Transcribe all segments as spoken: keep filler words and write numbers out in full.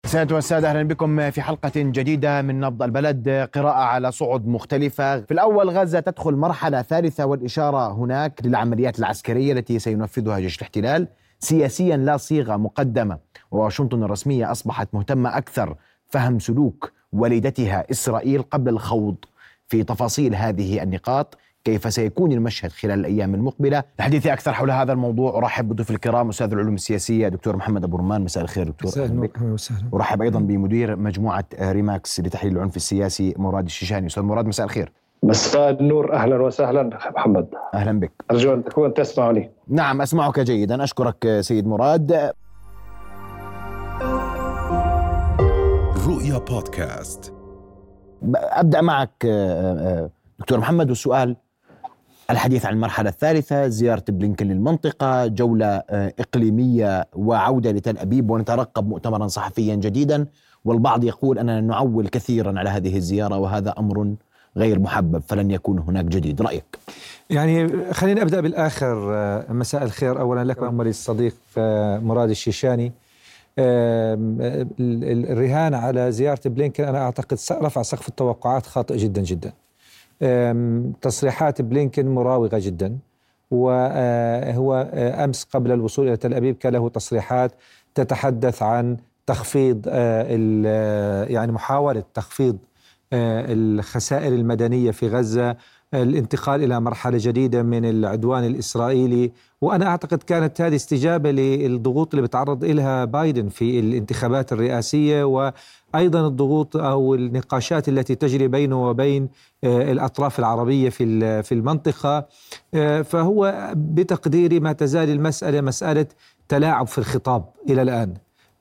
سادة والسادة، أهلا بكم في حلقة جديدة من نبض البلد. قراءة على صعد مختلفة. في الأول، غزة تدخل مرحلة ثالثة، والإشارة هناك للعمليات العسكرية التي سينفذها جيش الاحتلال. سياسيا لا صيغة مقدمة، وواشنطن الرسمية أصبحت مهتمة أكثر فهم سلوك والدتها إسرائيل قبل الخوض في تفاصيل هذه النقاط. كيف سيكون المشهد خلال الأيام المقبلة؟ الحديث أكثر حول هذا الموضوع أرحب بضيوف الكرام أستاذ العلوم السياسية دكتور محمد أبو رمان. مساء الخير دكتور. أرحب أيضا بمدير مجموعة ريماكس لتحليل العنف السياسي مراد الشيشاني. أستاذ مراد مساء الخير. مساء النور، أهلا وسهلا محمد. أهلا بك. أرجو أن تكون تسمعني. نعم أسمعك جيدا، أشكرك سيد مراد. رؤيا بودكاست. أبدأ معك دكتور محمد، والسؤال الحديث عن المرحلة الثالثة، زيارة بلينكن للمنطقة، جولة إقليمية وعودة لتل أبيب، ونترقب مؤتمرا صحفيا جديدا. والبعض يقول أننا نعول كثيرا على هذه الزيارة وهذا أمر غير محبب، فلن يكون هناك جديد. رأيك؟ يعني خليني أبدأ بالآخر. مساء الخير أولا لك وأمري الصديق مراد الشيشاني. الرهان على زيارة بلينكن أنا أعتقد رفع سقف التوقعات خاطئ جدا جدا. تصريحات بلينكن مراوغة جدا، وهو أمس قبل الوصول إلى تل أبيب كان له تصريحات تتحدث عن تخفيض يعني محاولة تخفيض الخسائر المدنية في غزة، الانتقال إلى مرحلة جديدة من العدوان الإسرائيلي. وأنا أعتقد كانت هذه استجابة للضغوط اللي بتعرض إلها بايدن في الانتخابات الرئاسية، وأيضا الضغوط أو النقاشات التي تجري بينه وبين الأطراف العربية في في المنطقة. فهو بتقديري ما تزال المسألة مسألة تلاعب في الخطاب إلى الآن.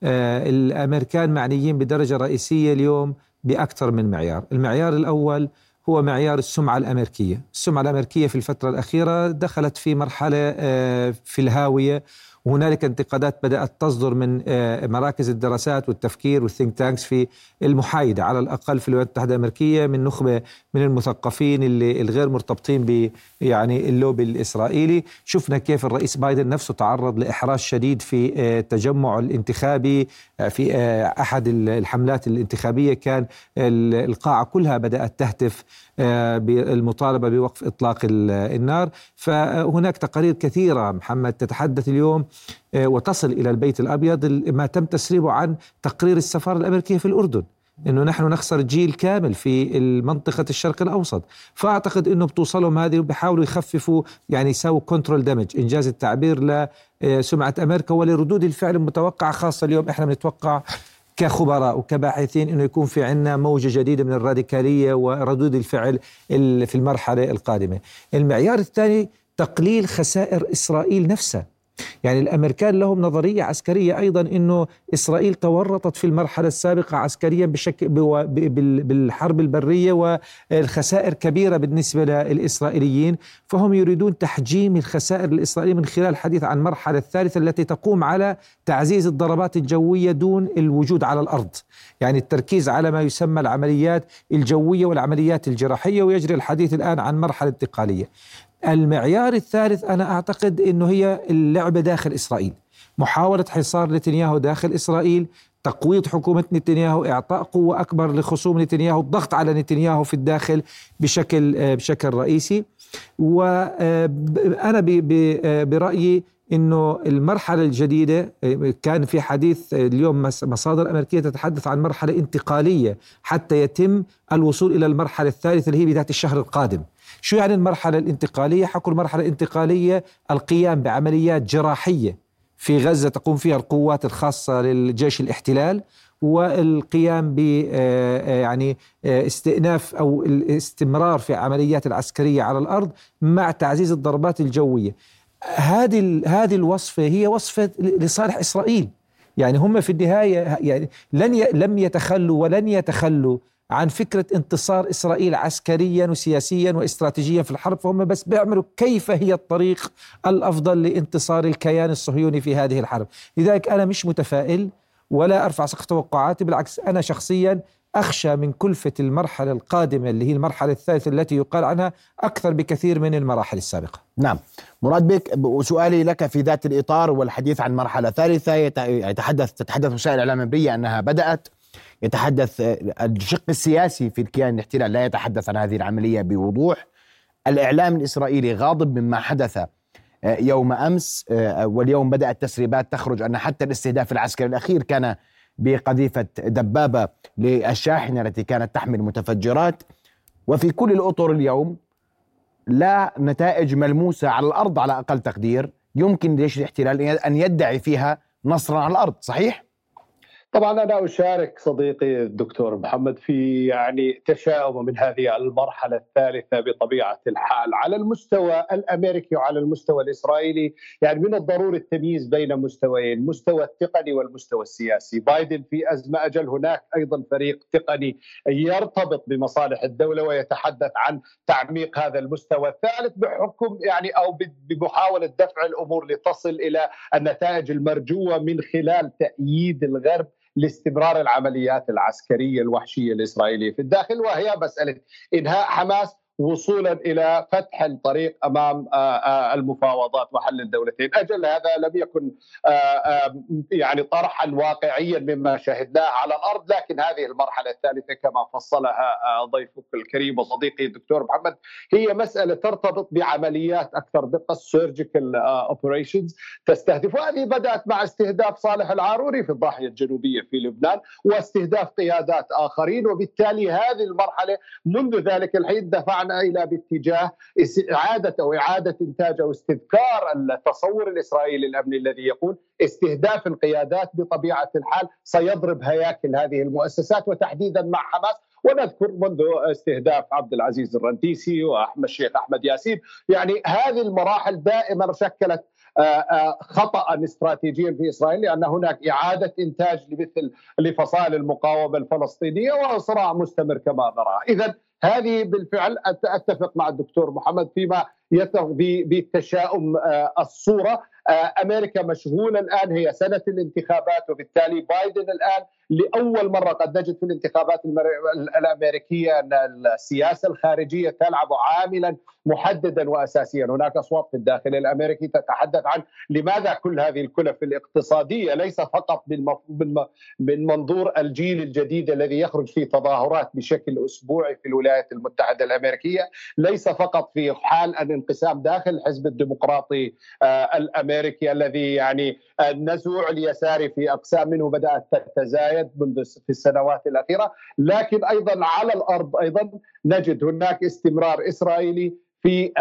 الأمريكان معنيين بدرجة رئيسية اليوم بأكثر من معيار. المعيار الأول هو معيار السمعة الأمريكية. السمعة الأمريكية في الفترة الأخيرة دخلت في مرحلة في الهاوية، وهنالك انتقادات بدأت تصدر من مراكز الدراسات والتفكير والثينك تانكس في المحايدة على الأقل في الولايات المتحدة الأمريكية من نخبة من المثقفين اللي الغير مرتبطين ب يعني اللوبي الإسرائيلي. شفنا كيف الرئيس بايدن نفسه تعرض لإحراج شديد في التجمع الانتخابي في أحد الحملات الانتخابية، كان القاعة كلها بدأت تهتف بالمطالبة بوقف إطلاق النار. فهناك تقارير كثيرة محمد تتحدث اليوم وتصل إلى البيت الأبيض ما تم تسريبه عن تقرير السفارة الأمريكية في الأردن، إنه نحن نخسر جيل كامل في المنطقة الشرق الأوسط. فأعتقد إنه بتوصلهم هذه وبيحاولوا يخففوا يعني يساووا كنترول دامج، إنجاز التعبير لسمعة أمريكا ولردود الفعل المتوقعة. خاصة اليوم إحنا بنتوقع كخبراء وكباحثين إنه يكون في عنا موجة جديدة من الراديكالية وردود الفعل في المرحلة القادمة. المعيار الثاني تقليل خسائر إسرائيل نفسها. يعني الأمريكان لهم نظرية عسكرية أيضا إنه إسرائيل تورطت في المرحلة السابقة عسكريا بشكل بالحرب البرية، والخسائر كبيرة بالنسبة للإسرائيليين، فهم يريدون تحجيم الخسائر الإسرائيلية من خلال الحديث عن المرحلة الثالثة التي تقوم على تعزيز الضربات الجوية دون الوجود على الأرض، يعني التركيز على ما يسمى العمليات الجوية والعمليات الجراحية، ويجري الحديث الآن عن مرحلة انتقالية. المعيار الثالث أنا أعتقد أنه هي اللعبة داخل إسرائيل، محاولة حصار نتنياهو داخل إسرائيل، تقويض حكومة نتنياهو، إعطاء قوة أكبر لخصوم نتنياهو، الضغط على نتنياهو في الداخل بشكل بشكل رئيسي. وأنا برأيي إنه المرحلة الجديدة كان في حديث اليوم مصادر أمريكية تتحدث عن مرحلة انتقالية حتى يتم الوصول إلى المرحلة الثالثة اللي هي بداية الشهر القادم. شو يعني المرحلة الانتقالية؟ حكوا المرحلة الانتقالية القيام بعمليات جراحية في غزة تقوم فيها القوات الخاصة للجيش الاحتلال، والقيام ب يعني استئناف أو الاستمرار في عمليات العسكرية على الأرض مع تعزيز الضربات الجوية. هذه هذه الوصفة هي وصفة لصالح إسرائيل. يعني هم في النهاية يعني لن ي... لم يتخلوا ولن يتخلوا عن فكرة انتصار إسرائيل عسكريا وسياسيا واستراتيجيا في الحرب، فهم بس بيعملوا كيف هي الطريق الأفضل لانتصار الكيان الصهيوني في هذه الحرب. لذلك أنا مش متفائل، ولا أرفع سقف توقعاتي، بالعكس أنا شخصيا أخشى من كلفة المرحلة القادمة اللي هي المرحلة الثالثة التي يقال عنها أكثر بكثير من المراحل السابقة. نعم مراد بك، وسؤالي لك في ذات الإطار والحديث عن مرحلة ثالثة. يتحدث تتحدث وسائل الإعلام الأمريكية أنها بدأت، يتحدث الشق السياسي في الكيان الاحتلال لا يتحدث عن هذه العملية بوضوح. الإعلام الإسرائيلي غاضب مما حدث يوم أمس، واليوم بدأت تسريبات تخرج أن حتى الاستهداف العسكري الأخير كان بقذيفة دبابة للشاحنة التي كانت تحمل متفجرات. وفي كل الأطر اليوم لا نتائج ملموسة على الأرض على أقل تقدير يمكن لجيش الاحتلال أن يدعي فيها نصرا على الأرض، صحيح؟ طبعا أنا أشارك صديقي الدكتور محمد في يعني تشاؤم من هذه المرحلة الثالثة بطبيعة الحال على المستوى الأمريكي وعلى المستوى الإسرائيلي. يعني من الضروري التمييز بين مستويين، المستوى التقني والمستوى السياسي. بايدن في أزمة أجل، هناك أيضا فريق تقني يرتبط بمصالح الدولة ويتحدث عن تعميق هذا المستوى الثالث بحكم يعني أو بمحاولة دفع الأمور لتصل إلى النتائج المرجوة من خلال تأييد الغرب لاستمرار العمليات العسكرية الوحشية الإسرائيلية في الداخل، وهي مسألة إنهاء حماس وصولا إلى فتح الطريق أمام المفاوضات وحل الدولتين. أجل هذا لم يكن يعني طرحا واقعيا مما شاهدناه على الأرض، لكن هذه المرحلة الثالثة كما فصلها ضيفك الكريم وصديقي الدكتور محمد هي مسألة ترتبط بعمليات أكثر دقة، سيرجيكال اوبريشنز تستهدف، وهذه بدأت مع استهداف صالح العاروري في الضاحية الجنوبية في لبنان واستهداف قيادات آخرين. وبالتالي هذه المرحلة منذ ذلك الحين دفعنا إلى باتجاه إعادة أو إعادة إنتاج أو استذكار التصور الإسرائيلي الأمني الذي يقول استهداف القيادات بطبيعة الحال سيضرب هياكل هذه المؤسسات وتحديدا مع حماس. ونذكر منذ استهداف عبد العزيز الرنتيسي وأحمد الشيخ أحمد ياسين، يعني هذه المراحل دائما شكلت خطأ استراتيجيا في إسرائيل، لأن هناك إعادة إنتاج لمثل لفصائل المقاومة الفلسطينية وصراع مستمر كما نرى. إذن هذه بالفعل أتفق مع الدكتور محمد فيما يتعلق بالتشاؤم الصورة. أمريكا مشغولة الآن، هي سنة الانتخابات، وبالتالي بايدن الآن لأول مرة قد نجد في الانتخابات الأمريكية أن السياسة الخارجية تلعب عاملا محددا وأساسيا. هناك أصوات في الداخل الأمريكي تتحدث عن لماذا كل هذه الكلف الاقتصادية، ليس فقط من منظور الجيل الجديد الذي يخرج في تظاهرات بشكل أسبوعي في الولايات المتحدة الأمريكية، ليس فقط في حال الانقسام داخل الحزب الديمقراطي الأمريكي الذي يعني النزوع اليساري في أقسام منه بدأت تتزايد منذ في السنوات الأخيرة، لكن أيضا على الأرض أيضا نجد هناك استمرار إسرائيلي في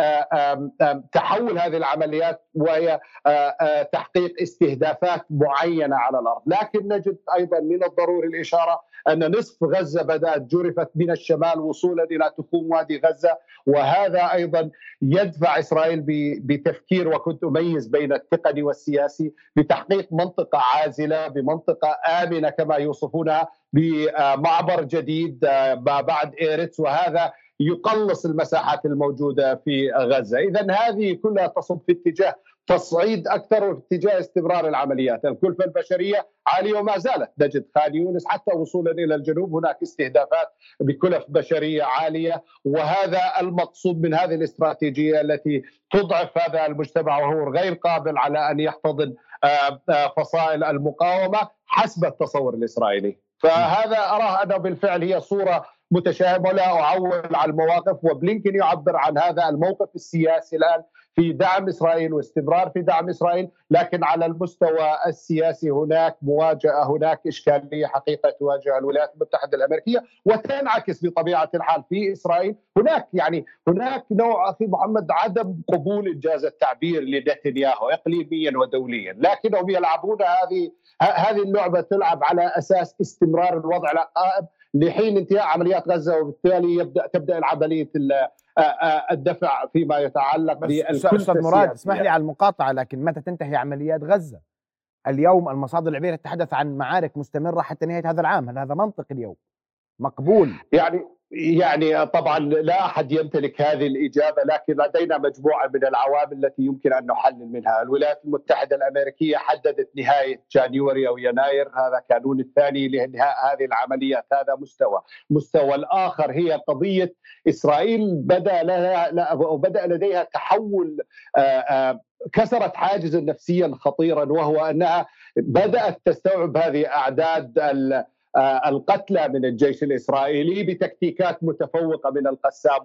تحول هذه العمليات وهي تحقيق استهدافات معينة على الأرض. لكن نجد أيضا من الضروري الإشارة أن نصف غزة بدأت جرفت من الشمال وصولا إلى تخوم وادي غزة، وهذا أيضا يدفع إسرائيل بتفكير، وكنت أميز بين التقني والسياسي، بتحقيق منطقة عازلة بمنطقة آمنة كما يوصفونها، بمعبر جديد ما بعد إيرتس، وهذا يقلص المساحات الموجودة في غزة. إذن هذه كلها تصب في اتجاه تصعيد أكثر وفي اتجاه استمرار العمليات. الكلفة البشرية عالية وما زالت، نجد خان يونس حتى وصولا إلى الجنوب هناك استهدافات بكلف بشرية عالية، وهذا المقصود من هذه الاستراتيجية التي تضعف هذا المجتمع وهو غير قابل على أن يحتضن فصائل المقاومة حسب التصور الإسرائيلي. فهذا أراه أنه بالفعل هي صورة متشابهة، ولا أعول على المواقف، وبلينكين يعبر عن هذا الموقف السياسي الآن في دعم إسرائيل واستمرار في دعم إسرائيل، لكن على المستوى السياسي هناك مواجهة، هناك إشكالية حقيقة تواجه الولايات المتحدة الأمريكية وتنعكس بطبيعة الحال في إسرائيل. هناك يعني هناك نوع أخي محمد عدم قبول إنجاز التعبير لنتنياهو إقليميا ودوليا، لكنهم يلعبون هذه هذه اللعبة تلعب على أساس استمرار الوضع القائم لحين انتهاء عمليات غزة، وبالتالي يبدأ تبدأ العملية الدفع فيما يتعلق بالكلفة. أستاذ مراد اسمح لي على المقاطعة، لكن متى تنتهي عمليات غزة؟ اليوم المصادر العلمية تتحدث عن معارك مستمرة حتى نهاية هذا العام، هل هذا منطق اليوم مقبول؟ يعني يعني طبعا لا أحد يمتلك هذه الإجابة، لكن لدينا مجموعة من العوامل التي يمكن أن نحلل منها. الولايات المتحدة الأمريكية حددت نهاية جانيوري أو يناير، هذا كانون الثاني لانهاء هذه العمليات، هذا مستوى. مستوى الآخر هي قضية إسرائيل بدأ لها بدأ لديها تحول، كسرت حاجزا نفسيا خطيرا، وهو أنها بدأت تستوعب هذه أعداد القتلى من الجيش الإسرائيلي بتكتيكات متفوقة من القسام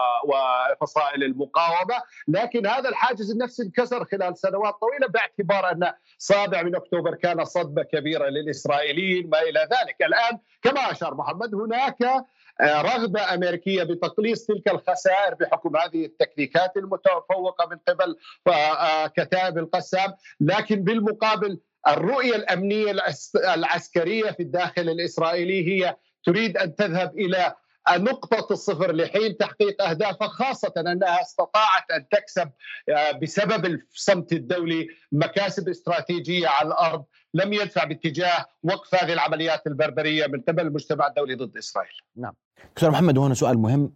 وفصائل المقاومة. لكن هذا الحاجز النفسي انكسر خلال سنوات طويلة، باعتبار أن سابع من أكتوبر كان صدمة كبيرة للإسرائيليين ما إلى ذلك. الآن كما أشار محمد هناك رغبة أمريكية بتقليص تلك الخسائر بحكم هذه التكتيكات المتفوقة من قبل كتائب القسام، لكن بالمقابل الرؤية الأمنية العسكرية في الداخل الإسرائيلي هي تريد أن تذهب إلى نقطة الصفر لحين تحقيق أهدافها، خاصة أنها استطاعت أن تكسب بسبب الصمت الدولي مكاسب استراتيجية على الأرض لم يدفع باتجاه وقف هذه العمليات البربرية من قبل المجتمع الدولي ضد إسرائيل. نعم دكتور محمد، وهنا سؤال مهم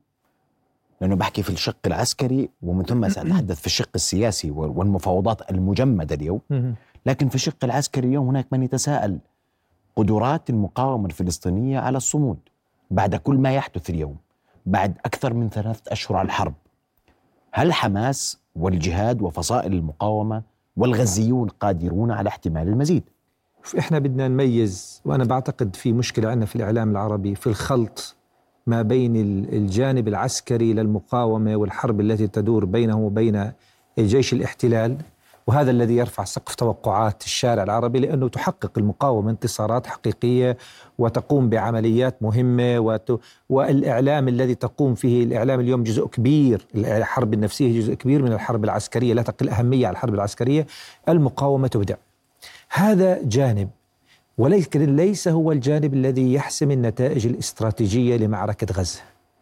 لأنه بحكي في الشق العسكري ومن ثم سأتحدث في الشق السياسي والمفاوضات المجمدة اليوم، لكن في الشق العسكري اليوم هناك من يتساءل قدرات المقاومة الفلسطينية على الصمود بعد كل ما يحدث اليوم، بعد أكثر من ثلاثة أشهر على الحرب. هل حماس والجهاد وفصائل المقاومة والغزيون قادرون على احتمال المزيد؟ إحنا بدنا نميز، وأنا بعتقد في مشكلة عندنا في الإعلام العربي في الخلط ما بين الجانب العسكري للمقاومة والحرب التي تدور بينه وبين جيش الاحتلال، وهذا الذي يرفع سقف توقعات الشارع العربي، لأنه تحقق المقاومة انتصارات حقيقية وتقوم بعمليات مهمة وت... والإعلام الذي تقوم فيه الإعلام اليوم جزء كبير، الحرب النفسية جزء كبير من الحرب العسكرية، لا تقل أهمية على الحرب العسكرية. المقاومة تبدع، هذا جانب، ولكن ليس هو الجانب الذي يحسم النتائج الاستراتيجية لمعركة غزة،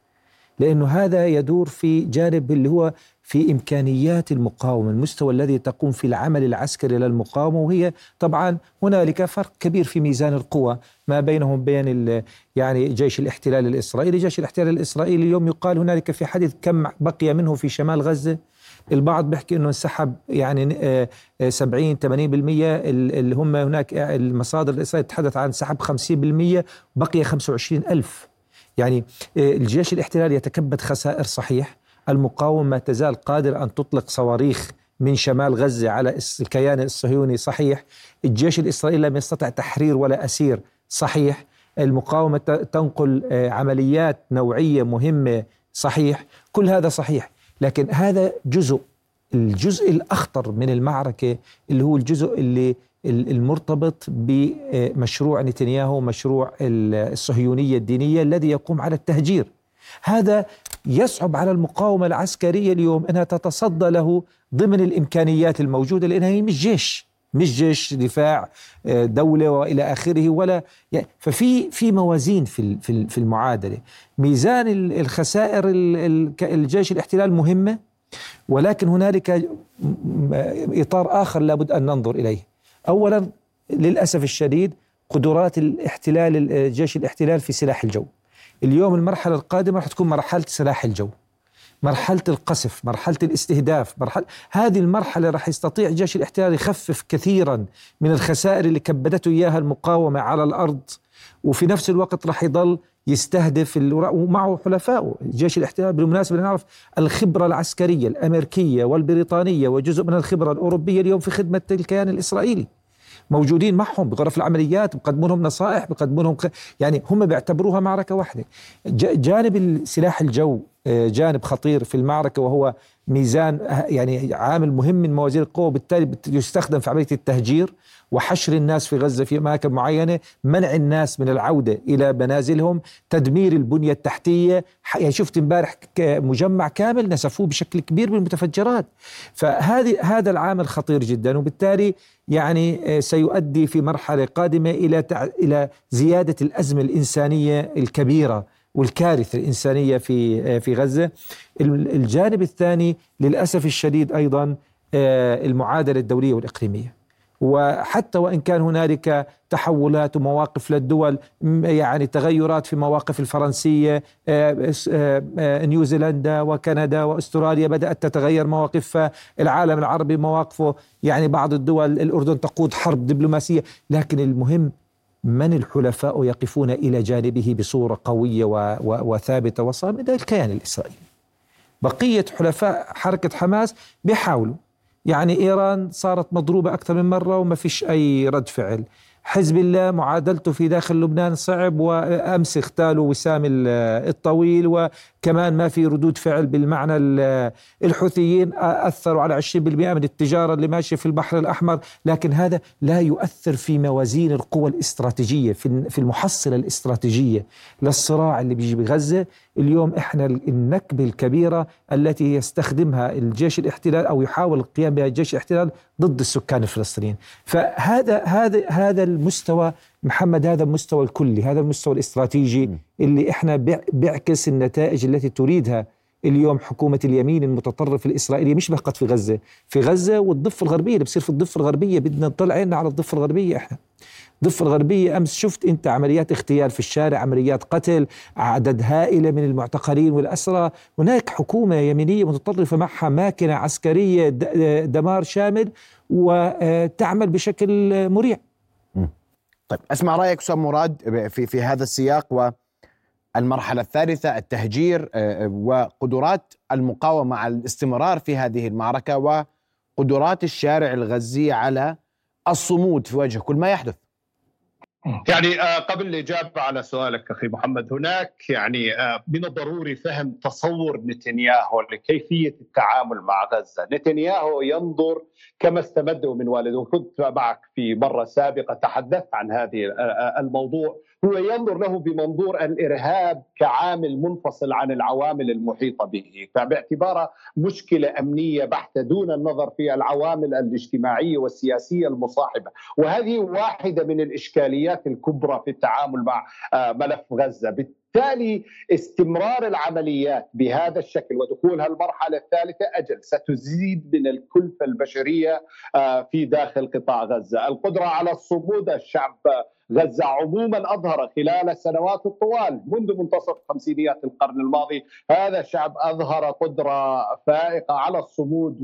لأنه هذا يدور في جانب اللي هو في إمكانيات المقاومة، المستوى الذي تقوم في العمل العسكري للمقاومة، وهي طبعا هنالك فرق كبير في ميزان القوى ما بينهم بين يعني جيش الاحتلال الإسرائيلي. جيش الاحتلال الإسرائيلي اليوم يقال هنالك في حديث كم بقي منه في شمال غزة، البعض بيحكي انه انسحب يعني سبعين ثمانين بالمئة، اللي هم هناك المصادر الإسرائيلية تتحدث عن سحب خمسين بالمئة، بقي خمسة وعشرين ألف. يعني الجيش الاحتلالي يتكبد خسائر صحيح، المقاومة ما تزال قادر أن تطلق صواريخ من شمال غزة على الكيان الصهيوني صحيح، الجيش الإسرائيلي لم يستطع تحرير ولا أسير صحيح، المقاومة تنقل عمليات نوعية مهمة صحيح، كل هذا صحيح. لكن هذا جزء، الجزء الأخطر من المعركة اللي هو الجزء اللي المرتبط بمشروع نتنياهو، مشروع الصهيونية الدينية الذي يقوم على التهجير. هذا يصعب على المقاومة العسكرية اليوم أنها تتصدى له ضمن الإمكانيات الموجودة، لأنها هي مش جيش، مش جيش دفاع دولة وإلى آخره، ولا يعني ففي في موازين في في المعادلة. ميزان الخسائر الجيش الاحتلال مهمة، ولكن هنالك إطار آخر لابد أن ننظر إليه. أولا للأسف الشديد قدرات الاحتلال، الجيش الاحتلال في سلاح الجو. اليوم المرحلة القادمة رح تكون مرحلة سلاح الجو، مرحلة القصف، مرحلة الاستهداف، مرحلة هذه المرحلة رح يستطيع جيش الاحتلال يخفف كثيرا من الخسائر اللي كبدته إياها المقاومة على الأرض، وفي نفس الوقت رح يضل يستهدف ومعه حلفائه. جيش الاحتلال بالمناسبة نعرف الخبرة العسكرية الأمريكية والبريطانية وجزء من الخبرة الأوروبية اليوم في خدمة الكيان الإسرائيلي، موجودين معهم بغرف العمليات، بقدموا لهم نصائح، بقدموا لهم يعني هم بيعتبروها معركة واحدة. جانب سلاح الجو جانب خطير في المعركة، وهو ميزان يعني عامل مهم من موازين القوة، وبالتالي يستخدم في عملية التهجير وحشر الناس في غزة في أماكن معينة، منع الناس من العودة إلى منازلهم، تدمير البنية التحتية. يعني شفت امبارح مجمع كامل نسفوه بشكل كبير بالمتفجرات. فهذه هذا العامل خطير جدا، وبالتالي يعني سيؤدي في مرحلة قادمة إلى إلى زيادة الأزمة الإنسانية الكبيرة والكارثة الإنسانية في في غزة. الجانب الثاني للأسف الشديد أيضا المعادلة الدولية والإقليمية، وحتى وإن كان هنالك تحولات ومواقف للدول، يعني تغيرات في مواقف الفرنسية، نيوزيلندا وكندا وأستراليا بدأت تتغير مواقفها، العالم العربي مواقفه، يعني بعض الدول الأردن تقود حرب دبلوماسية، لكن المهم من الحلفاء يقفون إلى جانبه بصورة قوية وثابتة وصامدة؟ الكيان الإسرائيلي. بقية حلفاء حركة حماس بيحاولوا، يعني إيران صارت مضروبة أكثر من مرة وما فيش أي رد فعل. حزب الله معادلته في داخل لبنان صعب، وأمس اغتالوا وسام الطويل، وكمان ما في ردود فعل بالمعنى. الحوثيين أثروا على عشرين بالمئة من التجارة اللي ماشية في البحر الأحمر، لكن هذا لا يؤثر في موازين القوى الاستراتيجية، في المحصلة الاستراتيجية للصراع اللي بيجي بغزة. اليوم إحنا النكبة الكبيرة التي يستخدمها الجيش الاحتلال أو يحاول القيام بها الجيش الاحتلال ضد السكان الفلسطينيين. فهذا هذا هذا المستوى محمد، هذا المستوى الكلي، هذا المستوى الاستراتيجي اللي إحنا بيعكس النتائج التي تريدها اليوم حكومة اليمين المتطرف الإسرائيلي، مش فقط في غزة، في غزة والضفة الغربية اللي بصير في الضفة الغربية. بدنا نطلع عيننا على الضفة الغربية. إحنا الضفة الغربية أمس شفت أنت عمليات اغتيال في الشارع، عمليات قتل، عدد هائلة من المعتقلين والأسرى. هناك حكومة يمينية متطرفة معها ماكنة عسكرية دمار شامل وتعمل بشكل مريع. طيب أسمع رأيك أستاذ مراد في في هذا السياق والمرحلة الثالثة، التهجير وقدرات المقاومة على الاستمرار في هذه المعركة وقدرات الشارع الغزي على الصمود في وجه كل ما يحدث. يعني قبل الإجابة على سؤالك أخي محمد، هناك يعني من الضروري فهم تصور نتنياهو لكيفية التعامل مع غزة. نتنياهو ينظر كما استمده من والده، وكنت معك في مرة سابقة تحدثت عن هذه الموضوع. هو ينظر له بمنظور الإرهاب كعامل منفصل عن العوامل المحيطة به، فباعتبارها مشكلة أمنية بحتة دون النظر في العوامل الاجتماعية والسياسية المصاحبة. وهذه واحدة من الإشكاليات الكبرى في التعامل مع ملف غزة. بالتالي استمرار العمليات بهذا الشكل ودخولها المرحلة الثالثة أجل ستزيد من الكلفة البشرية في داخل قطاع غزة. القدرة على الصمود، الشعب غزة عموما أظهر خلال السنوات الطوال منذ منتصف خمسينيات القرن الماضي، هذا الشعب أظهر قدرة فائقة على الصمود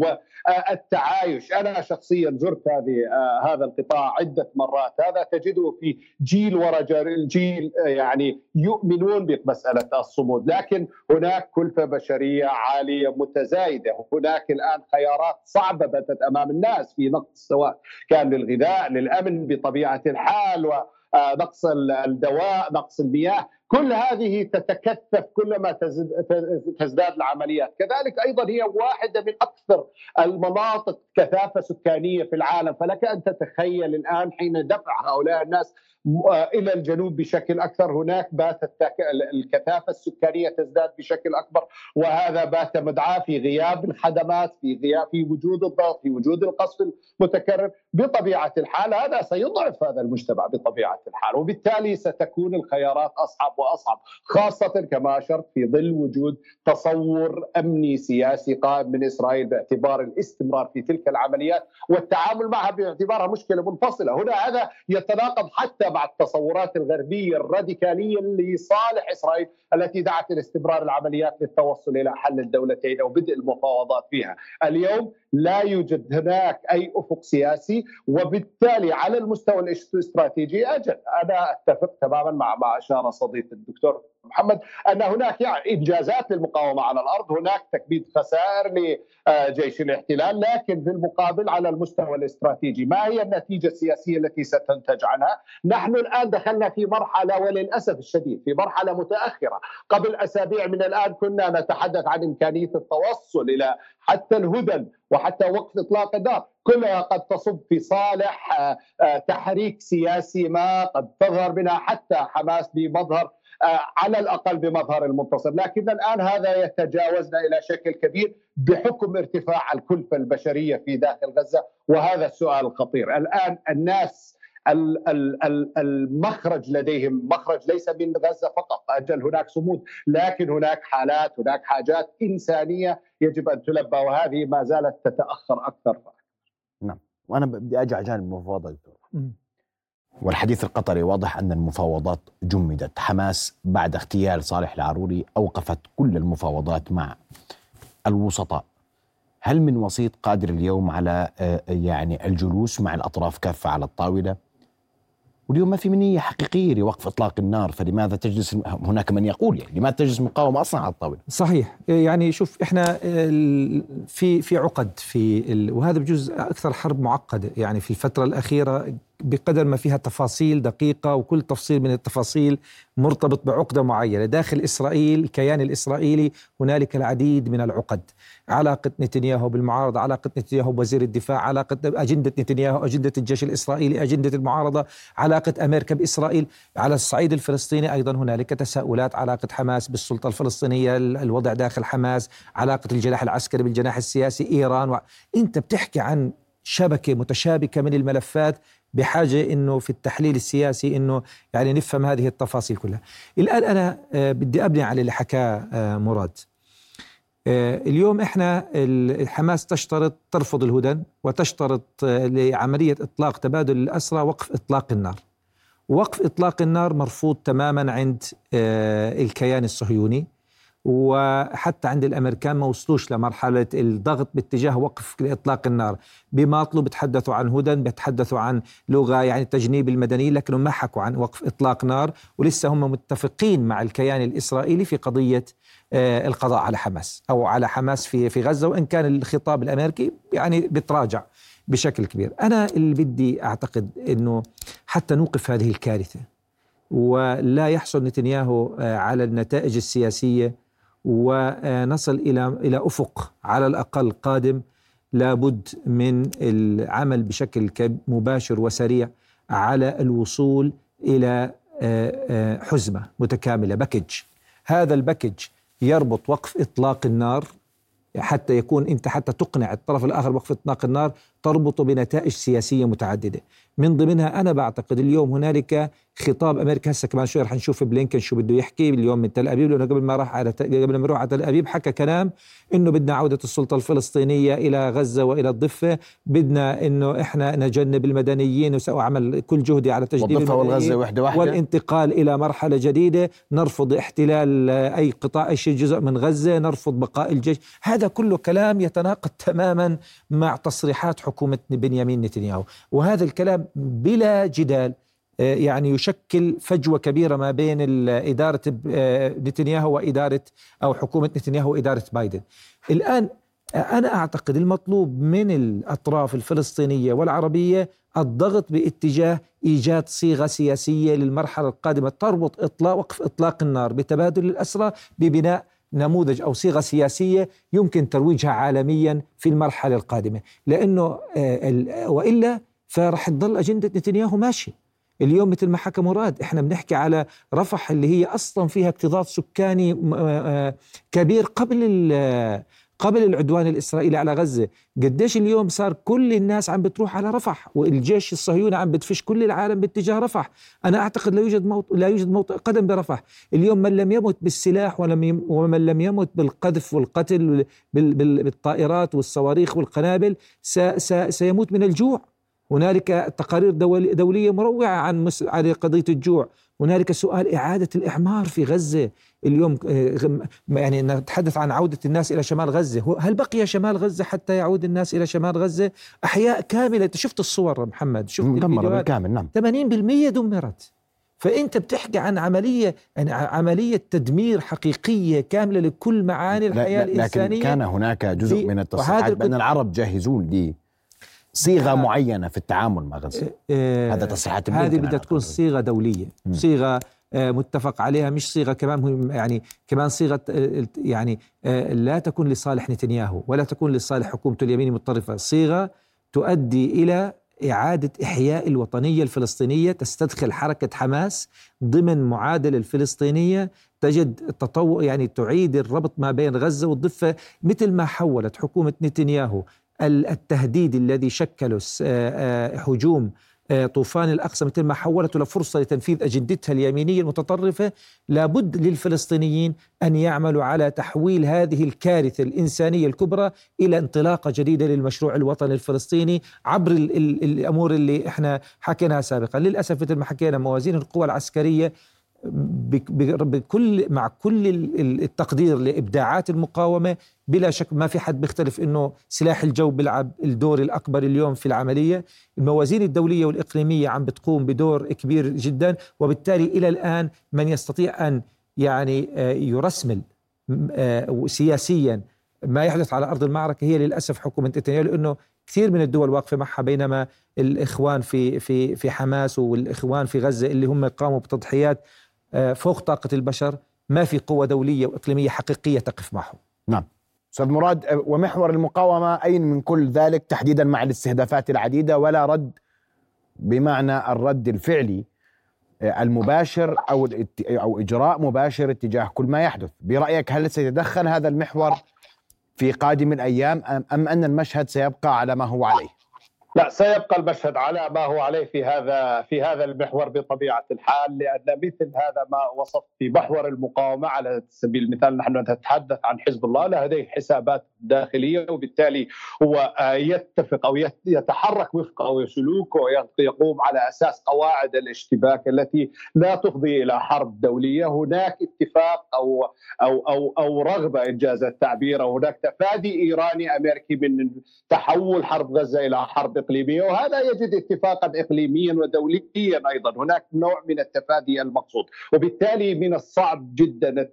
والتعايش. أنا شخصيا زرت هذه هذا القطاع عدة مرات. هذا تجده في جيل ورا جيل يعني يؤمنون بمسألة الصمود، لكن هناك كلفة بشرية عالية متزايدة. هناك الآن خيارات صعبة باتت أمام الناس في نقص، سواء كان للغذاء، للأمن بطبيعة الحال، و نقص الدواء، نقص المياه. كل هذه تتكثف كلما تزداد العمليات. كذلك أيضا هي واحدة من أكثر المناطق كثافة سكانية في العالم، فلك أن تتخيل الآن حين دفع هؤلاء الناس إلى الجنوب بشكل أكثر، هناك باتت الكثافة السكانية تزداد بشكل أكبر، وهذا بات مدعاة في غياب الخدمات، في غياب في وجود الضغط، في وجود القصف المتكرر. بطبيعة الحال هذا سيضعف هذا المجتمع بطبيعة الحال، وبالتالي ستكون الخيارات أصعب وأصعب، خاصة كما أشرت في ظل وجود تصور أمني سياسي قائم من إسرائيل باعتبار الاستمرار في تلك العمليات والتعامل معها باعتبارها مشكلة منفصلة. هنا هذا يتناقض حتى مع التصورات الغربية الراديكالية لصالح إسرائيل التي دعت لاستمرار العمليات للتوصل إلى حل الدولتين أو بدء المفاوضات فيها. اليوم لا يوجد هناك أي أفق سياسي، وبالتالي على المستوى الاستراتيجي أجل. أنا أتفق تماما مع ما أشار صديقي الدكتور محمد أن هناك يعني إنجازات للمقاومة على الأرض، هناك تكبيد خسائر لجيش الاحتلال، لكن في المقابل على المستوى الاستراتيجي ما هي النتيجة السياسية التي ستنتج عنها؟ نحن الآن دخلنا في مرحلة، وللأسف الشديد في مرحلة متأخرة. قبل أسابيع من الآن كنا نتحدث عن إمكانية التوصل إلى حتى الهدن وحتى وقف إطلاق النار، كلها قد تصب في صالح تحريك سياسي ما قد تظهر منها حتى حماس بمظهر على الأقل بمظهر المنتصر. لكن الآن هذا يتجاوزنا إلى شكل كبير بحكم ارتفاع الكلفة البشرية في داخل غزة، وهذا السؤال الخطير. الآن الناس المخرج لديهم مخرج ليس من غزة فقط، أجل هناك صمود، لكن هناك حالات، هناك حاجات إنسانية يجب أن تلبى، وهذه ما زالت تتأخر أكثر. نعم. وأنا بدي أجي على جانب المفاوضات دكتور. والحديث القطري واضح أن المفاوضات جمدت. حماس بعد اغتيال صالح العاروري أوقفت كل المفاوضات مع الوسطاء. هل من وسيط قادر اليوم على يعني الجلوس مع الأطراف كافة على الطاولة؟ واليوم ما في منية حقيقية لوقف إطلاق النار، فلماذا تجلس هناك من يقول يعني لماذا تجلس المقاومة أصلا على الطاولة؟ صحيح. يعني شوف إحنا في في عقد في وهذا بجوز أكثر حرب معقدة يعني في الفترة الأخيرة بقدر ما فيها تفاصيل دقيقة، وكل تفصيل من التفاصيل مرتبط بعقدة معينة. داخل إسرائيل الكيان الإسرائيلي هنالك العديد من العقد، علاقة نتنياهو بالمعارضة، علاقة نتنياهو بوزير الدفاع، علاقة أجندة نتنياهو، أجندة الجيش الإسرائيلي، أجندة المعارضة، علاقة أمريكا بإسرائيل. على الصعيد الفلسطيني أيضا هنالك تساؤلات، علاقة حماس بالسلطة الفلسطينية، الوضع داخل حماس، علاقة الجناح العسكري بالجناح السياسي، إيران و... أنت بتحكي عن شبكة متشابكة من الملفات بحاجة إنه في التحليل السياسي إنه يعني نفهم هذه التفاصيل كلها. الآن أنا بدي أبني على اللي حكاه مراد. اليوم إحنا الحماس تشترط ترفض الهدن، وتشترط لعملية إطلاق تبادل الأسرى وقف إطلاق النار. وقف إطلاق النار مرفوض تماما عند الكيان الصهيوني، وحتى عند الأمريكان ما وصلوش لمرحلة الضغط باتجاه وقف إطلاق النار. بما طلب بتحدثوا عن هدن، بتحدثوا عن لغة يعني تجنيب المدنيين، لكنهم ما حكوا عن وقف إطلاق نار، ولسه هم متفقين مع الكيان الإسرائيلي في قضية آه القضاء على حماس أو على حماس في في غزة، وإن كان الخطاب الأمريكي يعني بتراجع بشكل كبير. أنا اللي بدي أعتقد أنه حتى نوقف هذه الكارثة ولا يحصل نتنياهو آه على النتائج السياسية ونصل إلى إلى أفق على الأقل قادم، لابد من العمل بشكل مباشر وسريع على الوصول إلى حزمة متكاملة، باكج. هذا الباكج يربط وقف إطلاق النار حتى يكون أنت حتى تقنع الطرف الآخر بوقف إطلاق النار، تربطه بنتائج سياسية متعددة. من ضمنها أنا بعتقد اليوم هنالك خطاب أمريكا، هسه كمان شوي رح نشوف بلينكن شو بده يحكي اليوم من تل أبيب، لأنه قبل ما راح على قبل ما يروح على تل أبيب حكى كلام إنه بدنا عودة السلطة الفلسطينية إلى غزة وإلى الضفة، بدنا إنه إحنا نجنب المدنيين وسأعمل كل جهدي على تجنيب المدنيين وحدة واحدة والانتقال إلى مرحلة جديدة، نرفض احتلال أي قطاع أي شيء جزء من غزة، نرفض بقاء الجيش. هذا كله كلام يتناقض تماما مع تصريحات حكومة بنيامين نتنياهو، وهذا الكلام بلا جدال يعني يشكل فجوة كبيرة ما بين إدارة نتنياهو وإدارة أو حكومة نتنياهو وإدارة بايدن. الآن أنا أعتقد المطلوب من الأطراف الفلسطينية والعربية الضغط باتجاه إيجاد صيغة سياسية للمرحلة القادمة تربط إطلاق وقف إطلاق النار بتبادل الأسرى، ببناء نموذج أو صيغة سياسية يمكن ترويجها عالميا في المرحلة القادمة، لأنه وإلا فرح تظل أجندة نتنياهو ماشي. اليوم مثل ما حكى مراد احنا بنحكي على رفح اللي هي أصلا فيها اكتظاظ سكاني كبير قبل قبل العدوان الإسرائيلي على غزة. قديش اليوم صار كل الناس عم بتروح على رفح، والجيش الصهيوني عم بتفش كل العالم باتجاه رفح. أنا أعتقد لا يوجد موطئ لا يوجد موطئ قدم برفح. اليوم من لم يمت بالسلاح ولم ومن لم يمت بالقذف والقتل بالطائرات والصواريخ والقنابل سيموت من الجوع. هنالك تقارير دول دولية مروعة عن مس... عن قضية الجوع. هنالك سؤال إعادة الإعمار في غزة اليوم، يعني نتحدث عن عودة الناس إلى شمال غزة. هل بقي شمال غزة حتى يعود الناس إلى شمال غزة؟ أحياء كاملة، أنت شفت الصور محمد، شفت مدمرة بالكامل. نعم، ثمانين بالمئة دمرت. فأنت بتحكي عن عملية يعني عملية تدمير حقيقية كاملة لكل معاني الحياة لكن الإنسانية. لكن كان هناك جزء من التصريحات بأن العرب جاهزون لي صيغة معينة في التعامل مع غزة. آه هذا تصريحات هذه بدها تكون صيغة دولية، م. صيغة آه متفق عليها، مش صيغة كمان يعني كمان صيغة آه يعني آه لا تكون لصالح نتنياهو ولا تكون لصالح حكومته اليمين المتطرفة، صيغة تؤدي إلى إعادة إحياء الوطنية الفلسطينية، تستدخل حركة حماس ضمن معادلة الفلسطينية، تجد تطور يعني تعيد الربط ما بين غزة والضفة، مثل ما حولت حكومة نتنياهو التهديد الذي شكله هجوم طوفان الأقصى مثل ما حولته لفرصة لتنفيذ أجندتها اليمينية المتطرفة، لابد للفلسطينيين أن يعملوا على تحويل هذه الكارثة الإنسانية الكبرى إلى انطلاقة جديدة للمشروع الوطني الفلسطيني عبر ال ال الأمور اللي احنا حكيناها سابقا. للأسف مثل ما حكينا موازين القوى العسكرية بكل مع كل التقدير لإبداعات المقاومة، بلا شك ما في حد بيختلف إنه سلاح الجو بيلعب الدور الأكبر اليوم في العملية. الموازين الدولية والإقليمية عم بتقوم بدور كبير جدا، وبالتالي إلى الآن من يستطيع أن يعني يرسمل سياسيا ما يحدث على أرض المعركة هي للأسف حكومة نتنياهو، لأنه كثير من الدول واقفة معها، بينما الإخوان في في في حماس والإخوان في غزة اللي هم قاموا بتضحيات فوق طاقة البشر، ما في قوة دولية وإقليمية حقيقية تقف معهم. نعم أستاذ مراد، ومحور المقاومة أين من كل ذلك تحديدا مع الاستهدافات العديدة ولا رد بمعنى الرد الفعلي المباشر أو أو إجراء مباشر اتجاه كل ما يحدث؟ برأيك هل سيتدخل هذا المحور في قادم الأيام أم أن المشهد سيبقى على ما هو عليه؟ لا، سيبقى المشهد على ما هو عليه في هذا في هذا المحور بطبيعة الحال، لأن مثل هذا ما وصف في محور المقاومة على سبيل المثال نحن نتحدث عن حزب الله، لديه حسابات داخلية، وبالتالي هو يتفق أو يتحرك وفق أو سلوكه يقوم على أساس قواعد الاشتباك التي لا تفضي إلى حرب دولية. هناك اتفاق أو أو أو أو رغبة إنجاز التعبير، أو هناك تفادي إيراني أمريكي من تحول حرب غزة إلى حرب إقليمية، وهذا يجد اتفاقا إقليميا ودوليا أيضا. هناك نوع من التفادي المقصود، وبالتالي من الصعب جدا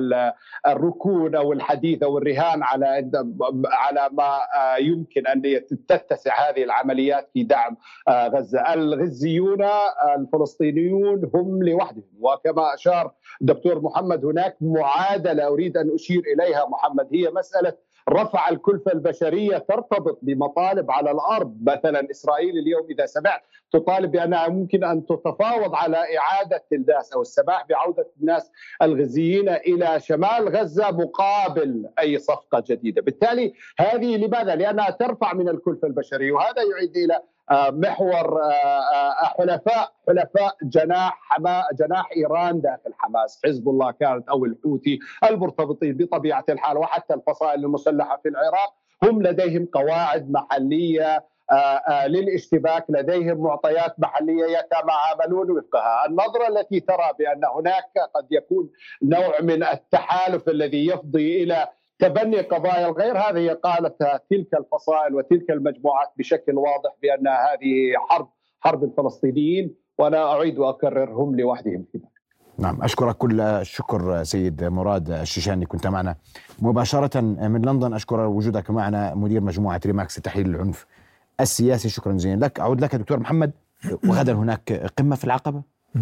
الركون أو الحديث أو الرهان على على ما يمكن أن تتسع هذه العمليات في دعم غزة. الغزيون الفلسطينيون هم لوحدهم، وكما أشار الدكتور محمد هناك معادلة أريد أن أشير إليها محمد، هي مسألة رفع الكلفة البشرية ترتبط بمطالب على الأرض. مثلا إسرائيل اليوم إذا سمعت تطالب بأنها ممكن أن تتفاوض على إعادة الناس أو السماح بعودة الناس الغزيين إلى شمال غزة مقابل أي صفقة جديدة. بالتالي هذه لماذا؟ لأنها ترفع من الكلفة البشرية، وهذا يعيد إلى محور حلفاء حلفاء جناح حما جناح إيران داخل حماس، حزب الله كانت أو الحوثي المرتبطين بطبيعة الحال، وحتى الفصائل المسلحة في العراق هم لديهم قواعد محلية للاشتباك، لديهم معطيات محلية يتعاملون وفقها. النظرة التي ترى بأن هناك قد يكون نوع من التحالف الذي يفضي إلى تبني قضايا الغير، هذه قالتها تلك الفصائل وتلك المجموعات بشكل واضح بأن هذه حرب حرب الفلسطينيين، وأنا أعيد وأكرر هم لوحدهم في ذلك. نعم، أشكرك كل الشكر سيد مراد الشيشاني، كنت معنا مباشرة من لندن. أشكر وجودك معنا مدير مجموعة ريماكس تحليل العنف السياسي، شكرا جزيلا لك. أعود لك دكتور محمد، وغدا هناك قمة في العقبة،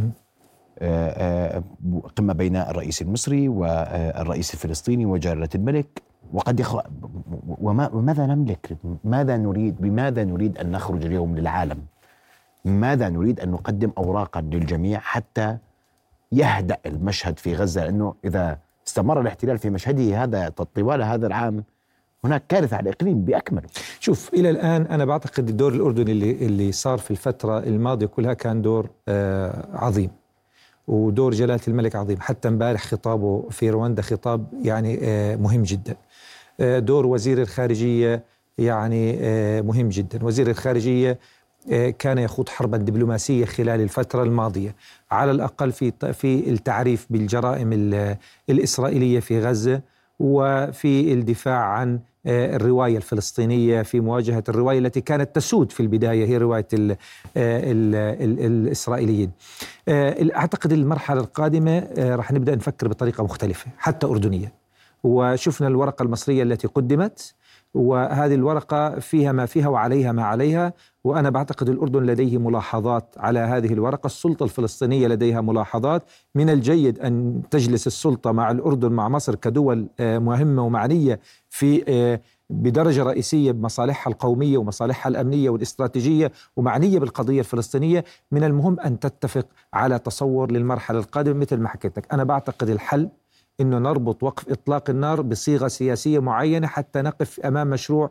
قمة بين الرئيس المصري والرئيس الفلسطيني وجلالة الملك، وقد يخرج وماذا نملك؟ ماذا نريد؟ بماذا نريد أن نخرج اليوم للعالم؟ ماذا نريد أن نقدم أوراقا للجميع حتى يهدأ المشهد في غزة؟ لأنه إذا استمر الاحتلال في مشهده هذا طوال هذا العام هناك كارثة على الإقليم بأكمله. شوف، إلى الآن أنا بعتقد الدور الأردني اللي اللي صار في الفترة الماضية كلها كان دور آه عظيم، ودور جلالة الملك عظيم. حتى امبارح خطابه في رواندا خطاب يعني آه مهم جدا. آه دور وزير الخارجية يعني آه مهم جدا. وزير الخارجية آه كان يخوض حربا دبلوماسية خلال الفترة الماضية، على الأقل في في التعريف بالجرائم الإسرائيلية في غزة، وفي الدفاع عن الرواية الفلسطينية في مواجهة الرواية التي كانت تسود في البداية، هي رواية ال ال ال الإسرائيليين. أعتقد المرحلة القادمة رح نبدأ نفكر بطريقة مختلفة حتى أردنية، وشفنا الورقة المصرية التي قدمت، وهذه الورقة فيها ما فيها وعليها ما عليها، وأنا بعتقد الأردن لديه ملاحظات على هذه الورقة، السلطة الفلسطينية لديها ملاحظات. من الجيد أن تجلس السلطة مع الأردن مع مصر كدول مهمة ومعنية في بدرجة رئيسية بمصالحها القومية ومصالحها الأمنية والاستراتيجية ومعنية بالقضية الفلسطينية. من المهم أن تتفق على تصور للمرحلة القادمة. مثل ما حكيت لك، أنا بعتقد الحل إنه نربط وقف إطلاق النار بصيغة سياسية معينة حتى نقف أمام مشروع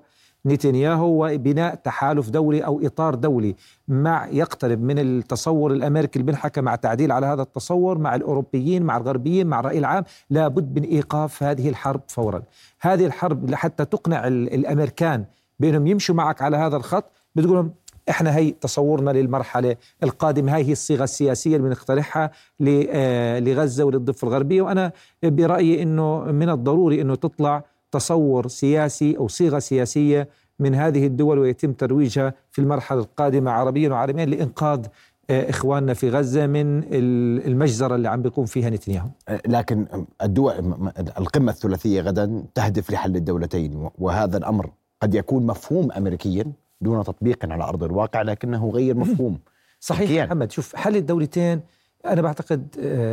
نتنياهو وبناء تحالف دولي أو إطار دولي مع يقترب من التصور الأمريكي اللي بنحكى مع تعديل على هذا التصور مع الأوروبيين مع الغربيين مع الرأي العام. لابد من إيقاف هذه الحرب فورا. هذه الحرب لحتى تقنع الأمريكان بأنهم يمشوا معك على هذا الخط، بتقولهم احنا هي تصورنا للمرحله القادمه، هاي هي الصيغه السياسيه اللي بنقترحها لغزه وللضفه الغربيه. وانا برايي انه من الضروري انه تطلع تصور سياسي او صيغه سياسيه من هذه الدول ويتم ترويجها في المرحله القادمه عربيا وعالميا لانقاذ اخواننا في غزه من المجزره اللي عم بيقوم فيها نتنياهو. لكن الدول القمه الثلاثيه غدا تهدف لحل الدولتين، وهذا الامر قد يكون مفهوم امريكيا دون تطبيق على أرض الواقع، لكنه غير مفهوم. صحيح يا محمد. شوف، حل الدولتين أنا بعتقد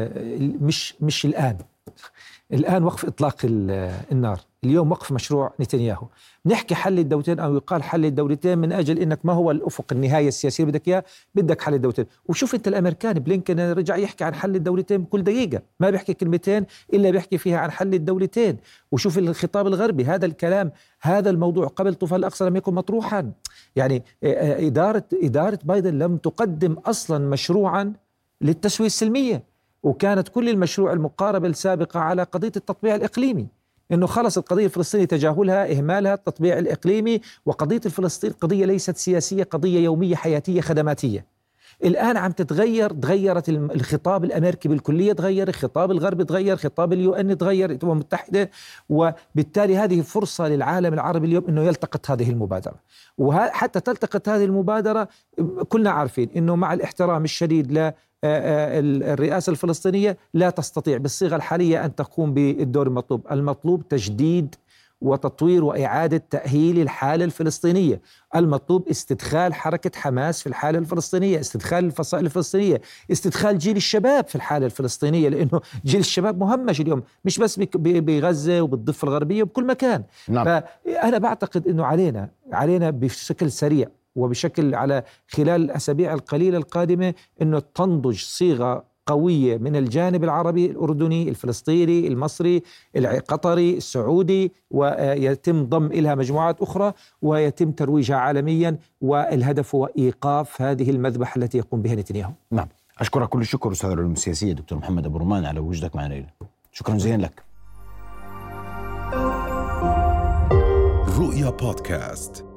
مش مش الآن الآن وقف إطلاق النار، اليوم وقف مشروع نتنياهو. نحكي حل الدولتين أو يقال حل الدولتين من أجل إنك ما هو الأفق النهاية السياسية بدك إياه، بدك حل الدولتين. وشوف أنت الأمريكان بلينكن رجع يحكي عن حل الدولتين بكل دقيقة، ما بيحكي كلمتين إلا بيحكي فيها عن حل الدولتين. وشوف الخطاب الغربي، هذا الكلام هذا الموضوع قبل طوفان الأقصى لم يكن مطروحا. يعني إدارة إدارة بايدن لم تقدم أصلا مشروعا للتسوية السلمية، وكانت كل المشروع المقاربة السابقة على قضية التطبيع الإقليمي، إنه خلص القضية الفلسطينية تجاهلها إهمالها، التطبيع الإقليمي. وقضية الفلسطين قضية ليست سياسية، قضية يومية حياتية خدماتية. الآن عم تتغير، تغيرت الخطاب الأمريكي بالكلية، تغير الخطاب الغربي، تغير خطاب اليو ان، تغير الأمم المتحدة. وبالتالي هذه فرصة للعالم العربي اليوم إنه يلتقط هذه المبادرة. وحتى تلتقط هذه المبادرة كلنا عارفين إنه مع الاحترام الشديد ل الرئاسة الفلسطينية لا تستطيع بالصيغة الحالية أن تقوم بالدور المطلوب. المطلوب تجديد وتطوير وإعادة تأهيل الحالة الفلسطينية. المطلوب استدخال حركة حماس في الحالة الفلسطينية، استدخال الفصائل الفلسطينية، استدخال جيل الشباب في الحالة الفلسطينية، لأنه جيل الشباب مهمش اليوم، مش بس بغزة وبالضفة الغربية وبكل مكان. نعم. فأنا بعتقد أنه علينا علينا بشكل سريع وبشكل على خلال الأسابيع القليلة القادمة أنه تنضج صيغة قوية من الجانب العربي الأردني الفلسطيني المصري القطري السعودي، ويتم ضم إلها مجموعات أخرى ويتم ترويجها عالميا. والهدف هو إيقاف هذه المذبحة التي يقوم بها نتنياهو. نعم، أشكرك كل الشكر أستاذ العلوم السياسية دكتور محمد أبو رومان على وجودك معنا ليلة. شكرا جزيلا لك. رؤيا بودكاست.